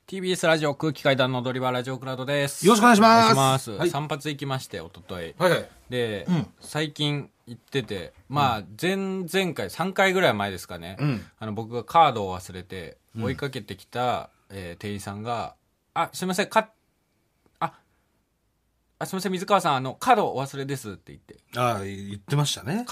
TBS ラジオ空気階段の踊り場ラジオクラウドです。 よろしくお願いします。 お願いします。 はい、 散髪行きまして一昨日、 はいはい、 で、最近行ってて、まあ前々回3回ぐらい前ですかね、僕がカードを忘れて追いかけてきた、店員さんがすいませんすいません水川さんカードお忘れですって言って、 言ってましたね。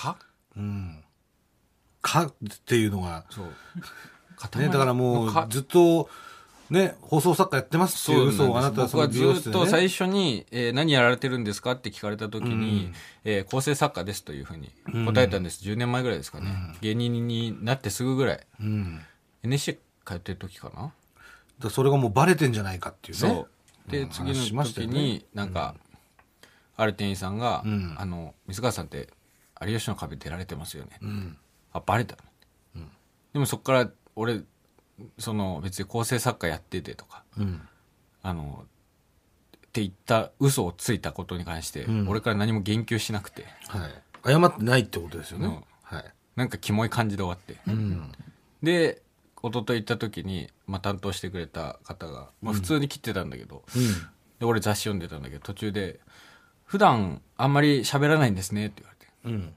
かっていうのがそうね、だからもうずっとね、放送作家やってますっていう嘘をあなたは僕はずっと最初に、何やられてるんですかって聞かれた時に、構成作家ですというふうに答えたんです。10年前ぐらいですかね、芸人になってすぐぐらい、NSC 通ってる時かな。 だそれがもうバレてんじゃないかっていうね。 そうで、次の時になんか、ある店員さんが、水川さんって有吉の壁出られてますよね、バレた、でもそっから俺別に構成作家やっててとか、って言った嘘をついたことに関して、俺から何も言及しなくて、 謝ってないってことですよね。 なんかキモい感じで終わって、で一昨日行った時に、担当してくれた方が、普通に切ってたんだけど、で俺雑誌読んでたんだけど、途中で普段あんまり喋らないんですねって言われて、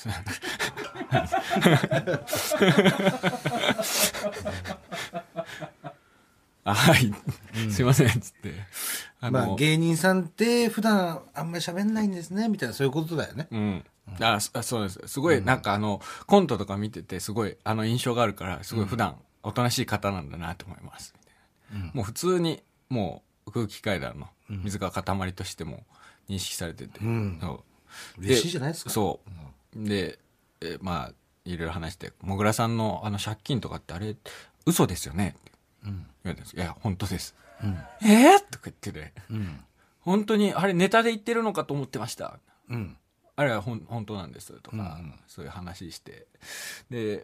はい、すいませんっつって、 芸人さんって普段あんまり喋んないんですねみたいな、そういうことだよね。 そうです。すごいなんかコントとか見ててすごい印象があるから、すごい普段おとなしい方なんだなと思いますみたいな、もう普通にもう空気階段の水が塊としても認識されてて、 嬉しいじゃないですか。 そうで、いろいろ話して、もぐらさんの借金とかってあれ嘘ですよねって言われたんです。いや本当です、とか言ってて、本当にあれネタで言ってるのかと思ってました、あれは本当なんですとか、そういう話して、で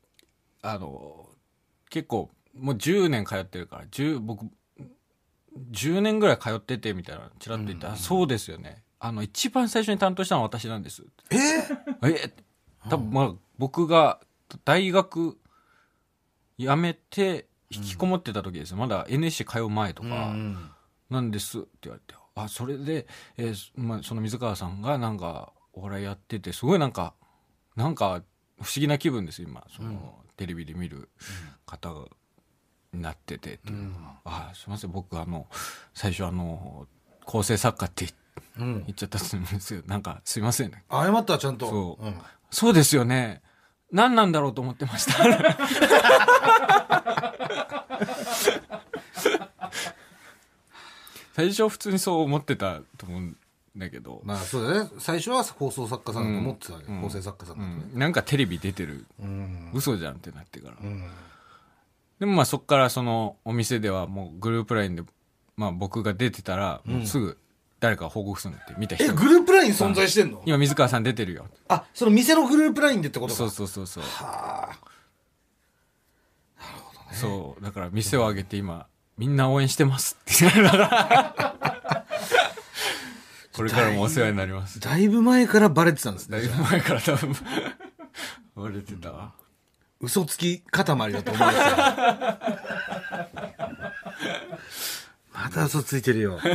結構もう10年通ってるから、僕10年ぐらい通っててみたいなチラッと言ったら、そうですよね、一番最初に担当したのは私なんです。多分僕が大学辞めて引きこもってた時です、まだ NSC 通う前とかなんですって言われて、それで、その水川さんがなんかお笑いやってて、すごいなんか不思議な気分です今、テレビで見る方がになっててっていうのが、すいません僕最初構成作家って言っちゃったんですよ、なんかすいませんね。 謝ったらちゃんとそうですよね、何なんだろうと思ってました最初普通にそう思ってたと思うんだけど、 そうだね、最初は放送作家さんだと思ってたわけ、構成作家さんだとね、 なんかテレビ出てる、嘘じゃんってなってから、でもそっからそのお店ではもうグループラインで、僕が出てたらもうすぐ誰か報告するんだって、見た人。 グループライン存在してんの？ 今水川さん出てるよ。 その店のグループラインでってことか。 そう。 はあ。なるほどね。 そうだから店を挙げて今みんな応援してますって言いながらこれからもお世話になります。 だいぶ前からバレてたんですね。 だいぶ前から多分バレてたわ。 嘘つき塊だと思うんですよまた嘘ついてるよ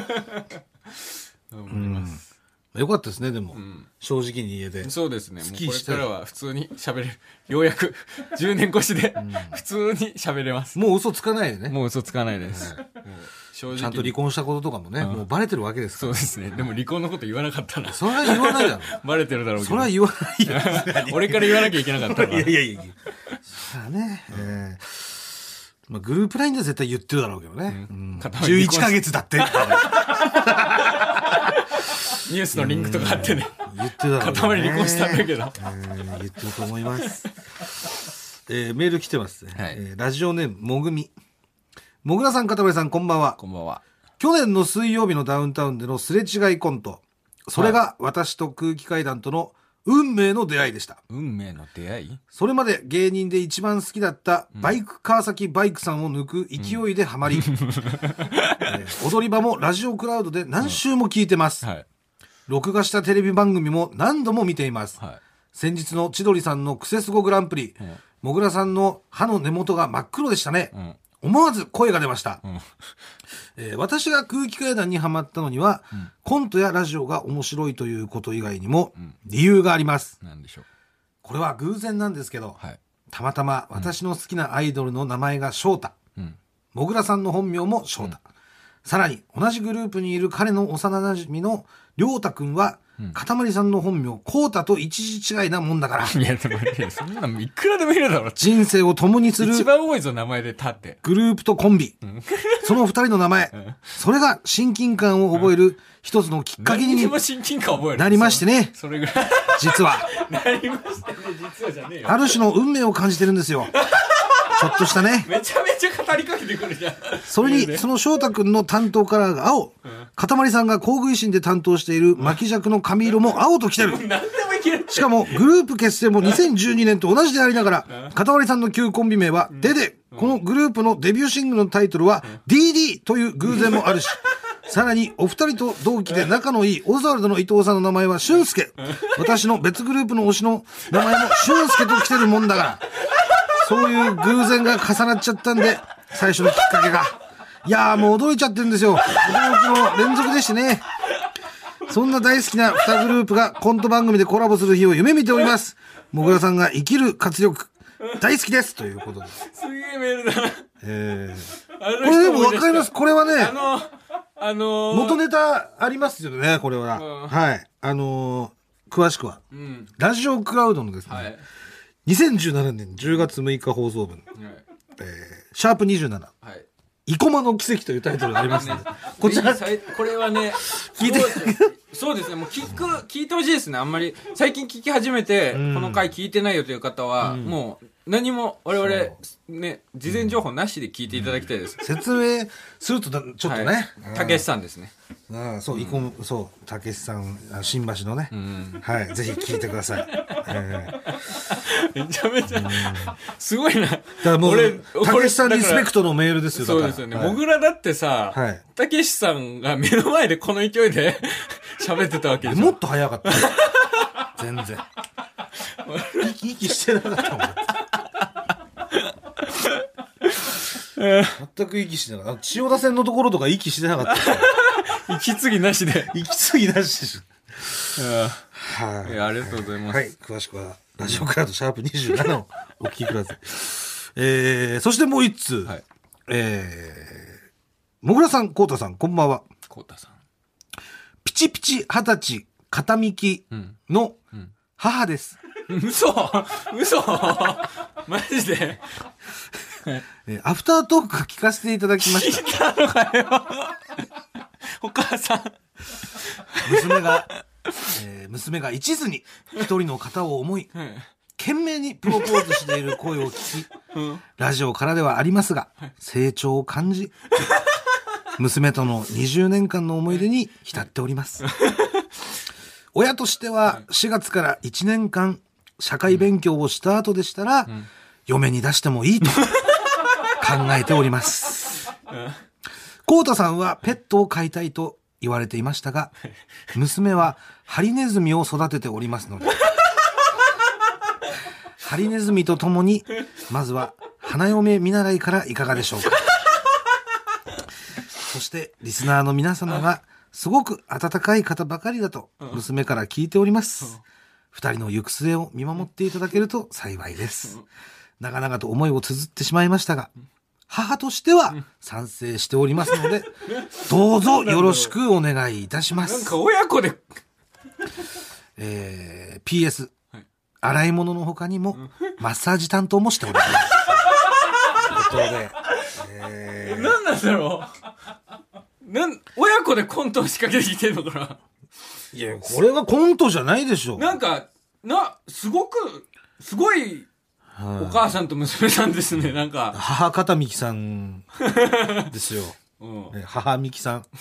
よかったですね、でも、正直に言えて。 そうですね、もうこれからは普通に喋れる、ようやく10年越しで普通に喋れます。 もう嘘つかないでね。 もう嘘つかないです、 正直ちゃんと離婚したこととかもね、もうバレてるわけですから。 そうですね、でも離婚のこと言わなかったな。 それは言わないだろバレてるだろうけど。 それは言わないよ俺から言わなきゃいけなかったな。 いやそうだね、グループラインでは絶対言ってるだろうけどね、11ヶ月だってニュースのリンクとかあってね、 言ってた塊離婚したんだけど、 言ってると思いますメール来てますね、ラジオネームもぐみ。もぐらさん、かたまりさん、こんばんは。 こんばんは。 去年の水曜日のダウンタウンでのすれ違いコント、それが私と空気階段との運命の出会いでした。 運命の出会い？ それまで芸人で一番好きだったバイク川崎バイクさんを抜く勢いでハマり、踊り場もラジオクラウドで何週も聞いてます、録画したテレビ番組も何度も見ています、先日の千鳥さんのクセスゴグランプリ、もぐらさんの歯の根元が真っ黒でしたね、 思わず声が出ました。私が空気階段にハマったのには、コントやラジオが面白いということ以外にも理由があります。 なんでしょう。 これは偶然なんですけど、 はい、 たまたま私の好きなアイドルの名前が翔太。もぐらさんの本名も翔太。さらに同じグループにいる彼の幼馴染の亮太くんは、かたまりさんの本名、こうたと一字違いなもんだから。 いや、でもそんなのいくらでもいるだろ。 人生を共にする。 一番多いぞ、名前で立って。 グループとコンビ。その二人の名前。それが親近感を覚える一つのきっかけになりましてね。 それぐらい。 実は。 なりましてね、実はじゃねえよ。 ある種の運命を感じてるんですよ。ちょっとしたね。 めちゃめちゃ語りかけてくるじゃん。 それに、その翔太くんの担当カラーが青。かたまりさんが工具維新で担当している巻き尺の髪色も青と来てる。 何でもいける。 しかも、グループ結成も2012年と同じでありながら、かたまりさんの旧コンビ名は、デデ。このグループのデビューシングルのタイトルは、DD という偶然もあるし、さらに、お二人と同期で仲のいいオズワルドの伊藤さんの名前は俊介。私の別グループの推しの名前も俊介と来てるもんだから、そういう偶然が重なっちゃったんで、最初のきっかけが。いやーもう驚いちゃってるんですよ。驚きの連続でしてね。そんな大好きな2グループがコント番組でコラボする日を夢見ております。もぐらさんが生きる活力、大好きです。ということです。 すげえメールだな。 これでもわかります。これはね、元ネタありますよね、これは。はい。詳しくは。ラジオクラウドのですね。はい2017年10月6日放送分、シャープ27、はい、生駒の奇跡というタイトルがありますので、こちら、 これはね、聞いて、そうですね、もう聞いてほしいですね。あんまり、最近聞き始めて、この回聞いてないよという方は、もう、何も我々、ね、事前情報なしで聞いていただきたいです。 説明するとちょっとね。 たけしさんですね。 そう、そう、たけしさん、新橋のね。はい、ぜひ聞いてください。 めちゃめちゃ、すごいな。だからもう、たけしさんリスペクトのメールですよ。 そうですよね。もぐらだってさ、たけしさんが目の前でこの勢いで喋ってたわけでしょ。 もっと早かった。全然。息してなかったもん。全く息してなかった。千代田線のところとか息してなかった。 息継ぎなしで。 息継ぎなしでしょ。 はい。ありがとうございます。 はい。詳しくは、ラジオクラウドシャープ27をお聞きください。そしてもう一通。はい、もぐらさん、こうたさん、こんばんは。 こうたさん。 ピチピチ20歳、片幹の母です。 嘘マジでアフタートーク聞かせていただきました。 聞いたのかよお母さん。 娘が一途に一人の方を思い、懸命にプロポーズしている声を聞き、ラジオからではありますが、成長を感じ、娘との20年間の思い出に浸っております。親としては4月から1年間社会勉強をした後でしたら、嫁に出してもいいと考えております。コウタさんはペットを飼いたいと言われていましたが、娘はハリネズミを育てておりますので、ハリネズミとともにまずは花嫁見習いからいかがでしょうか。そしてリスナーの皆様がすごく温かい方ばかりだと娘から聞いております。二人の行く末を見守っていただけると幸いです。長々と思いを綴ってしまいましたが、母としては賛成しておりますので、どうぞよろしくお願いいたします。 なんか親子で。 PS、洗い物の他にもマッサージ担当もしております。ということで、何なんだろう。親子でコントを仕掛けてきてるのかな。 いや、これはコントじゃないでしょ。 なんか、すごい、お母さんと娘さんですね、なんか。 母片幹さんですよ。母幹さん。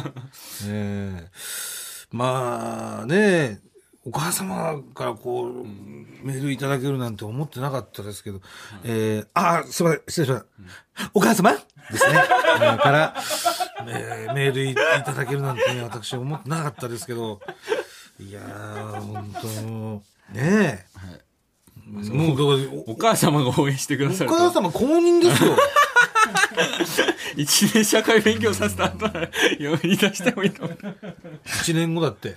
まあね、お母様からこう、メールいただけるなんて思ってなかったですけど、すいません、失礼しました。お母様ですね。から、メールいただけるなんてね、私思ってなかったですけど、いやー、本当ねえ。 もうお母様が応援してくださる。 お母様公認ですよ。 1年社会勉強させた後は読み出してもいいと思う。 1年後だって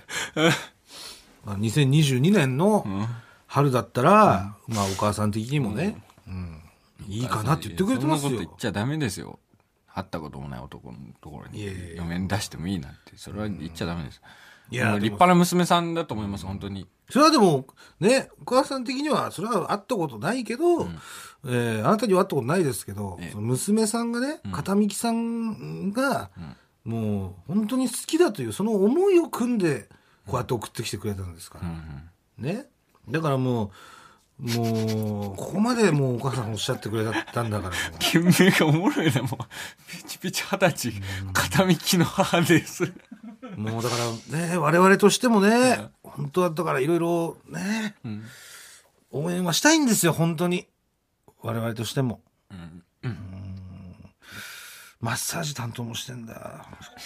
2022年の春だったら、まあお母さん的にもね、いいかなって言ってくれてますよ。 そんなこと言っちゃダメですよ。会ったこともない男のところに嫁に出してもいいなんて、それは言っちゃダメです。いや、立派な娘さんだと思います、本当に。 それはでもね、お母さん的にはそれは会ったことないけど、あなたには会ったことないですけど、その娘さんがね、片道さんが、もう本当に好きだというその思いを組んでこうやって送ってきてくれたんですから、ね。だからもうここまでもうお母さんおっしゃってくれたんだから。 件名がおもろいな、もうピチピチ20歳、片道の母です。 もうだからね、我々としてもね、本当はだからいろいろね、応援はしたいんですよ、本当に。我々としても。マッサージ担当もしてんだ。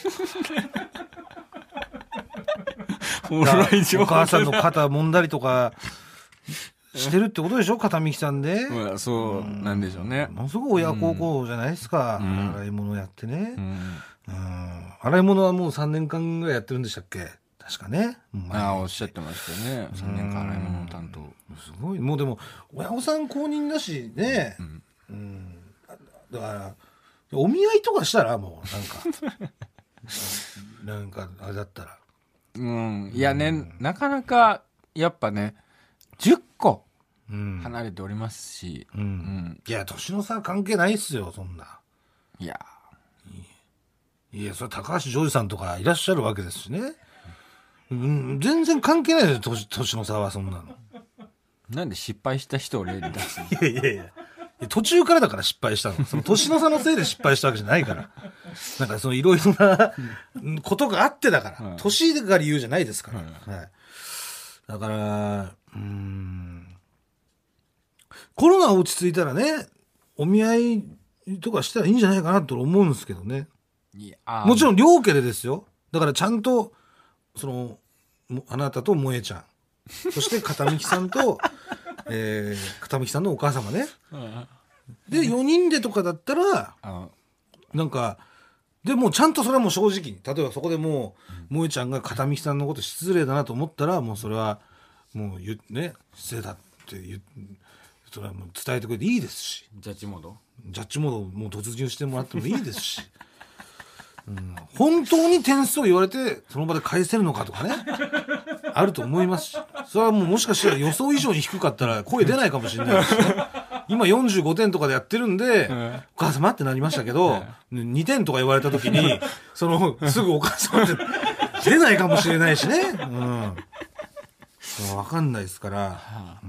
お母さんの肩揉んだりとかしてるってことでしょ、片道さんで。 そうなんでしょうね。 ものすごい親孝行じゃないですか、洗い物やってね。洗い物はもう3年間ぐらいやってるんでしたっけ、確かね。 おっしゃってましたね、3年間洗い物担当。 すごい。もうでも親御さん公認だしね、だからお見合いとかしたらもうなんかあれだったら、 いやね、なかなかやっぱね10個離れておりますし、 いや年の差関係ないっすよ、そんな。いやそれ高橋ジョージさんとかいらっしゃるわけですしね、全然関係ないですよ、年の差は。そんなのなんで失敗した人を例に出すの？ いや途中からだから失敗したの。その年の差のせいで失敗したわけじゃないから。なんかそのいろいろなことがあってだから、年が理由じゃないですから。だからコロナ落ち着いたらね、お見合いとかしたらいいんじゃないかなと思うんですけどね。もちろん両家でですよ。だからちゃんとそのあなたと萌えちゃん、そして片道さんと片道さんのお母様ね。で4人でとかだったらなんかでもちゃんとそれはもう正直に、例えばそこでもう萌えちゃんが片道さんのこと失礼だなと思ったら、もうそれはもうね、失礼だってそれはもう伝えてくれていいですし、 ジャッジモードもう突入してもらってもいいですし、本当に点数を言われてその場で返せるのかとかねあると思いますし、それはもしかしたら予想以上に低かったら声出ないかもしれないですね。今45点とかでやってるんで、お母様ってなりましたけど、2点とか言われた時にすぐお母様って出ないかもしれないしね、分かんないですから、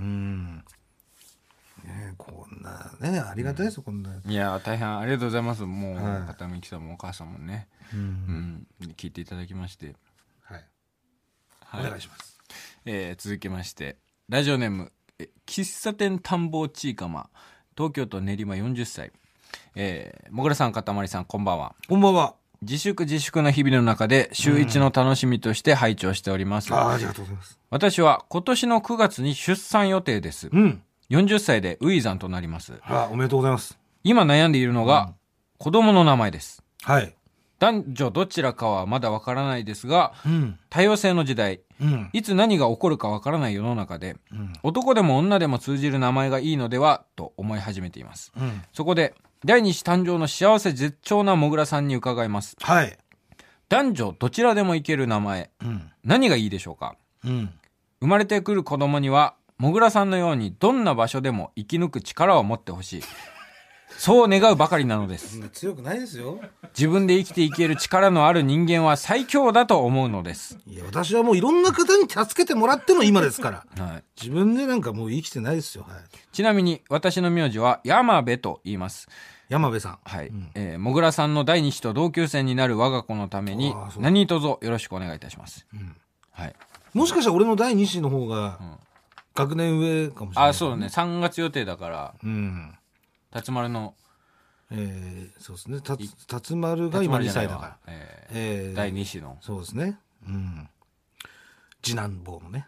こんなね、ありがたいですよ、こんな。 いや大変ありがとうございます。もう片道さんもお母さんもね、聞いていただきまして、 お願いします。 続きましてラジオネーム喫茶店探訪ちいかま、東京都練馬40歳。もぐらさん、かたまりさん、こんばんは。 こんばんは。 自粛の日々の中で週1の楽しみとして拝聴しております。 ありがとうございます。 私は今年の9月に出産予定です。40歳で初産となります。 おめでとうございます。 今悩んでいるのが、子供の名前です。男女どちらかはまだわからないですが、多様性の時代、いつ何が起こるかわからない世の中で、男でも女でも通じる名前がいいのではと思い始めています。そこで第二子誕生の幸せ絶頂なもぐらさんに伺います。男女どちらでもいける名前、何がいいでしょうか。生まれてくる子供にはもぐらさんのようにどんな場所でも生き抜く力を持ってほしい、そう願うばかりなのです。 そんな強くないですよ。 自分で生きていける力のある人間は最強だと思うのです。 いや、私はもういろんな方に助けてもらっての今ですから、自分でなんかもう生きてないですよ。 ちなみに私の名字は山部と言います。 山部さん。 もぐらさんの第二子と同級生になる我が子のために何卒よろしくお願いいたします。 もしかしたら俺の第二子の方が学年上かもしれない。 そうね、3月予定だから。辰丸の、 そうですね、辰丸が今2歳だから、 第2子の、 そうですね、次男坊のね、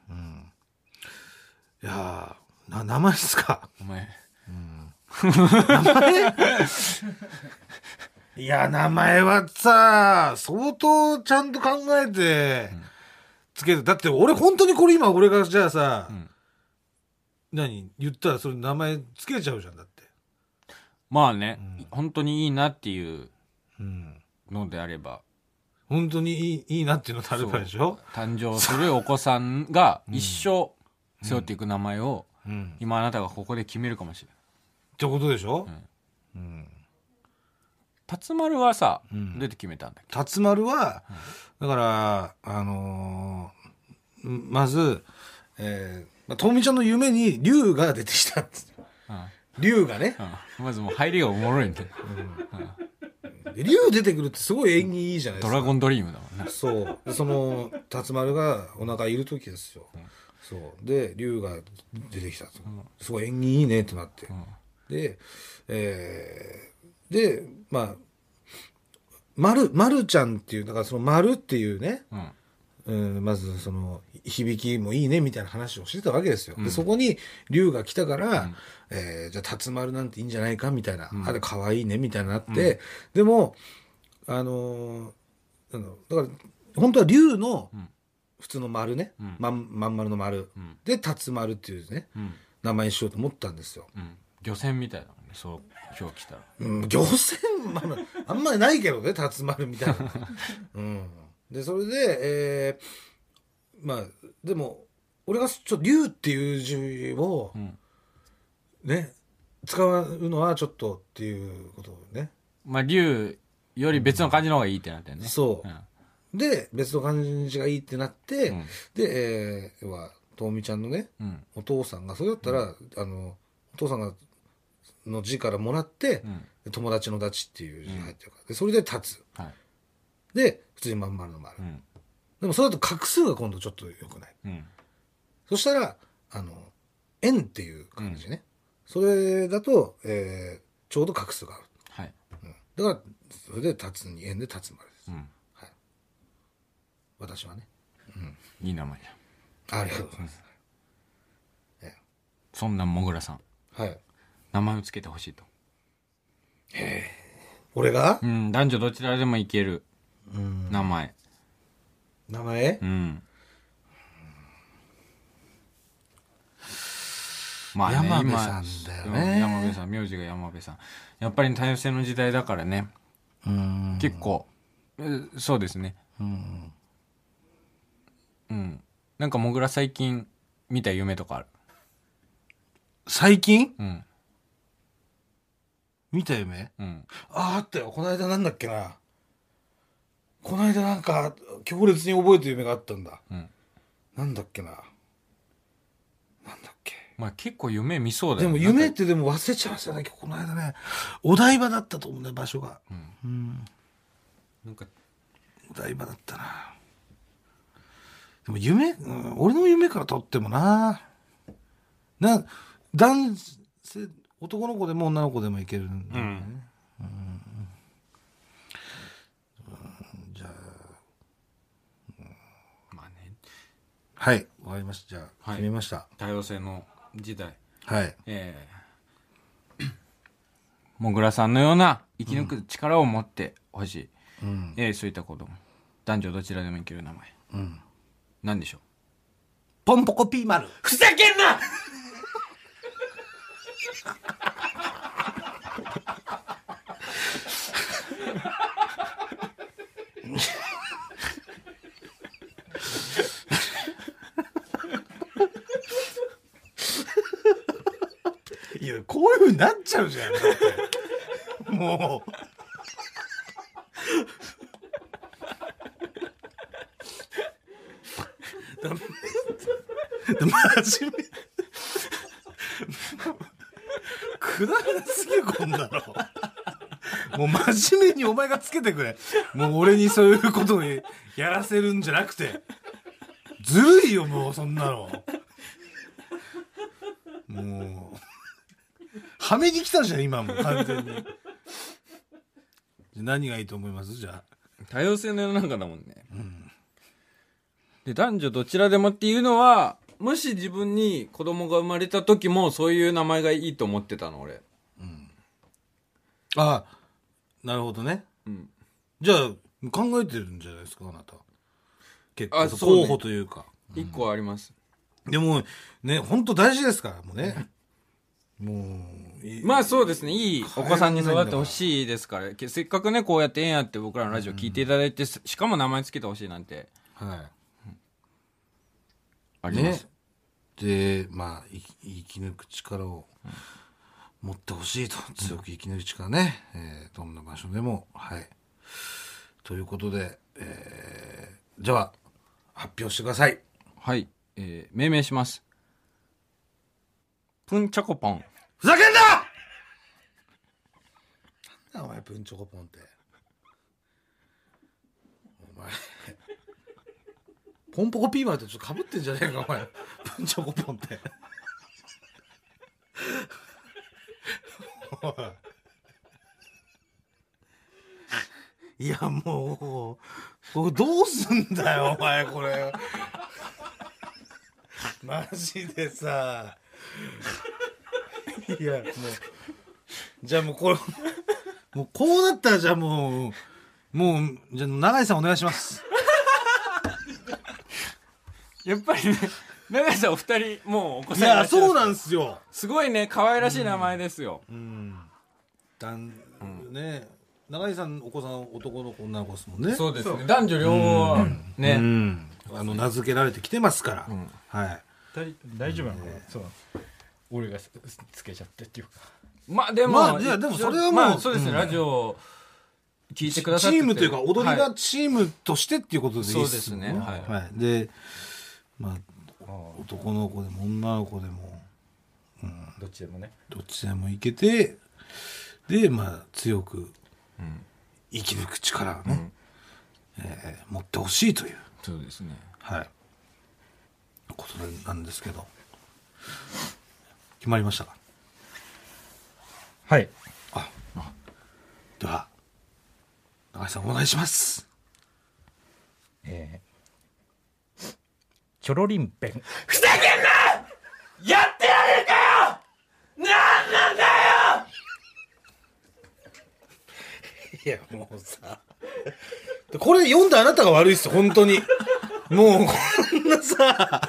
いや名前ですか。 お前、 名前いいや、名前はさ、相当ちゃんと考えて、つけて、だって俺本当にこれ今俺がじゃあさ、言ったらそれ名前つけちゃうじゃん、だって。 まあね、本当にいいなっていうのであれば。 本当にいいなっていうのとあればでしょ。 誕生するお子さんが一生背負っていく名前を、今あなたがここで決めるかもしれない。 ってことでしょ。 辰丸はさ、どうやって決めたんだっけ。 辰丸は、だから、まず、とみちゃんの夢に竜が出てきたんですよ。竜がね。 まずもう入りがおもろいんだよ。 竜出てくるってすごい縁起いいじゃないですか。 ドラゴンドリームだもんね。 そう。その、辰丸がお腹いる時ですよ。そう。で、竜が出てきたと。すごい縁起いいねってなって。で、まあ、丸ちゃんっていう、だからその丸っていうね、まずその響きもいいねみたいな話をしてたわけですよ。でそこに竜が来たから、じゃあ辰丸なんていいんじゃないかみたいな、あれ可愛いねみたいになって、でもだから本当は竜の普通の丸ね、まん丸の丸、で辰丸っていうね、名前にしようと思ったんですよ。 漁船みたいなね、そう今日来たら。 漁船、あんまりないけどね、辰丸みたいな。でそれで、まあでも俺がちょっと竜っていう字をね、使うのはちょっとっていうことをね。 まあ竜より別の漢字の方がいいってなってね。 そう。で別の漢字がいいってなって、で、要はとみちゃんのね、お父さんがそれだったら、お父さんがの字からもらって、友達の達っていう字が入ってるから、でそれで立つ。で普通にまん丸の丸、でもそれだと画数が今度ちょっと良くない、そしたら円っていう感じね、それだと、ちょうど画数がある、だからそれで立つに円で立つ丸です、私はね、 いい名前じゃん。ありがとうございます、 そんなもぐらさん、名前をつけてほしいと。 俺が、 男女どちらでもいける名前。 名前、まあね、山部さんだよね。 山部さん、名字が山部さん。やっぱり多様性の時代だからね。結構、そうですね。なんかもぐら最近見た夢とかある？ 最近？見た夢？あったよ。この間なんだっけな。この間なんか強烈に覚えてる夢があったんだ。なんだっけな。なんだっけ。 まあ結構夢見そうだよね。でも夢ってでも忘れちゃいましたね。この間ね。お台場だったと思うね、場所が。なんかお台場だったな。でも夢、俺の夢からとってもな。男性、男の子でも女の子でもいけるんだよね。じゃあ、まあね。はい、わかりました。じゃあ、決めました。 多様性の時代。 はい。 もぐらさんのような生き抜く力を持ってほしい。そういった子供。男女どちらでもいける名前。何でしょう？ ポンポコピーマル。 ふざけんないや、こういう風になっちゃうじゃん。だってもう。真面目。くだらなすぎる、こんなの。もう真面目にお前がつけてくれ。もう俺にそういうことをやらせるんじゃなくて。ずるいよ、もうそんなの。もう。はめに来たじゃん、今も完全に。何がいいと思います？じゃあ。 多様性の世の中だもんね。で、男女どちらでもっていうのは、もし自分に子供が生まれた時もそういう名前がいいと思ってたの、俺。 ああ、なるほどね。 じゃあ考えてるんじゃないですか、あなた。結構候補というか。 1個あります。 でもね、本当大事ですから、もうね。もうまあそうですね、いいお子さんに育ってほしいですから、せっかくねこうやってやって僕らのラジオ聞いていただいて、しかも名前つけてほしいなんて、あります、 ね、でまあ生き抜く力を持ってほしいと、強く生き抜く力ね、どんな場所でも、ということで、じゃあ発表してください。 はい、命名します。プンチョコポン。 ふざけんな！なんだお前プンチョコポンって。お前ポンポコピーマンとちょっとかぶってんじゃねえかお前。プンチョコポンっていやもうこれどうすんだよお前これマジでさ。いやもうじゃあもうこれもうこうなったらじゃあもうじゃあ永井さんお願いします。 やっぱりね、永井さんお二人もうお子さんいらっしゃる。 いやそうなんですよ。 すごいね可愛らしい名前ですよ。 ね、永井さんお子さん男の子女の子ですもんね。 そうですね、男女両方ね、 名付けられてきてますから、はい。 大丈夫なのかな、そう俺がつけちゃってっていうか。 まあでも、 いやでもそれはもう、 まあそうですね、ラジオ聞いてくださってて、 チームというか踊りがチームとしてっていうことでいいですね。 そうですね、 でまあ男の子でも女の子でも、 どっちでもね、 どっちでもいけて、でまあ強く生き抜く力をね、持ってほしいという、 そうですね、 ことなんですけど、決まりましたか？ はい。 では永井さんお願いします。 チョロリンペン。 ふざけんな！やってられるかよ！なんだよ！ いやもうさこれ読んだあなたが悪いっす本当に。もうこんなさ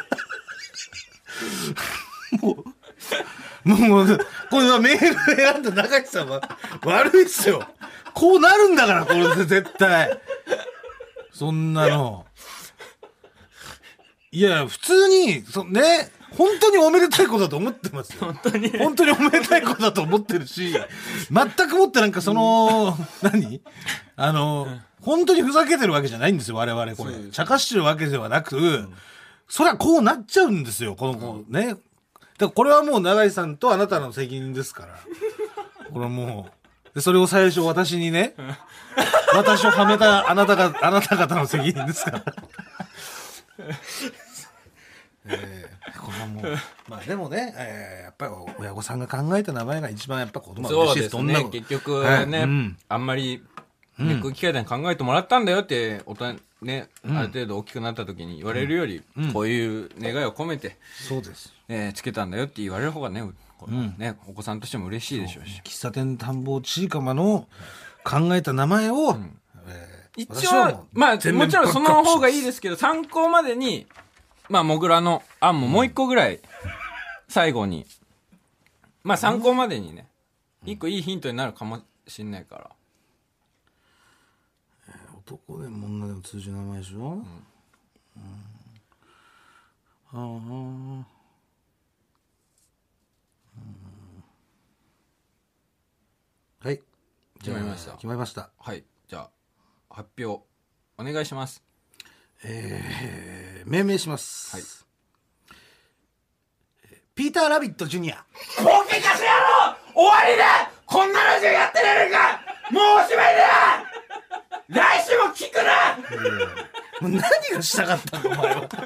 もうこれはメール選んだ永井さんは悪いっすよ。こうなるんだからこれで絶対そんなの。いや普通にね、本当におめでたいことだと思ってますよ。本当におめでたいことだと思ってるし、全くもってなんか何本当にふざけてるわけじゃないんですよ我々これ。茶化してるわけではなく、そりゃこうなっちゃうんですよこの子ね。だからこれはもう永井さんとあなたの責任ですから。これはもうでそれを最初私にね私をはめたあなた方の責任ですからこれはもうまあでもね、やっぱり親御さんが考えた名前が一番やっぱ子供は嬉しいです。 そうですね、結局ね、あんまりネック機会で考えてもらったんだよってね、ある程度大きくなった時に言われるより、こういう願いを込めてそうです、 つけたんだよって言われる方がね、お子さんとしても嬉しいでしょうし。 喫茶店探訪ちいかまの考えた名前を、 一応まあもちろんその方がいいですけど、参考までにまあモグラの案ももう一個ぐらい最後に、まあ参考までにね、一個いいヒントになるかもしんないから。 男でも女でも通じる名前でしょ。はい、 決まりました。 決まりました。 はい、じゃあ発表お願いします。 命名します。 はい。 ピーターラビットジュニア。 ボケかしやろ！終わりだ！こんなラジオやってられるか！もうおしまいだ！来週も聞くな！ もう何がしたかったのお前は。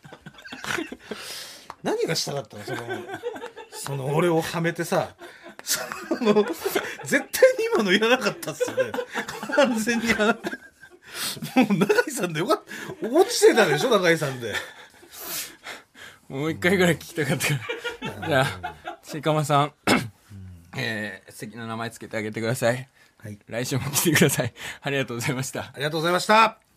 何がしたかったのその俺をはめてさ、絶対に今のいらなかったっすよね。完全にもう永井さんでよかった。落ちてたでしょ永井さんで。 もう一回ぐらい聞きたかったから。じゃあちいかまさん、素敵な名前つけてあげてください。 はい。 来週も来てください。ありがとうございました。 ありがとうございました。